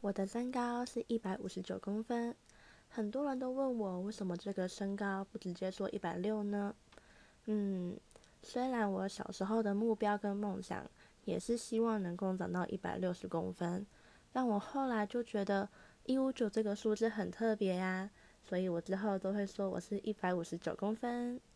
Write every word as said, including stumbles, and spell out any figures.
我的身高是一百五十九公分，很多人都问我为什么这个身高不直接说一百六呢？嗯，虽然我小时候的目标跟梦想也是希望能够长到一百六十公分，但我后来就觉得一五九这个数字很特别呀、所以我之后都会说我是一百五十九公分。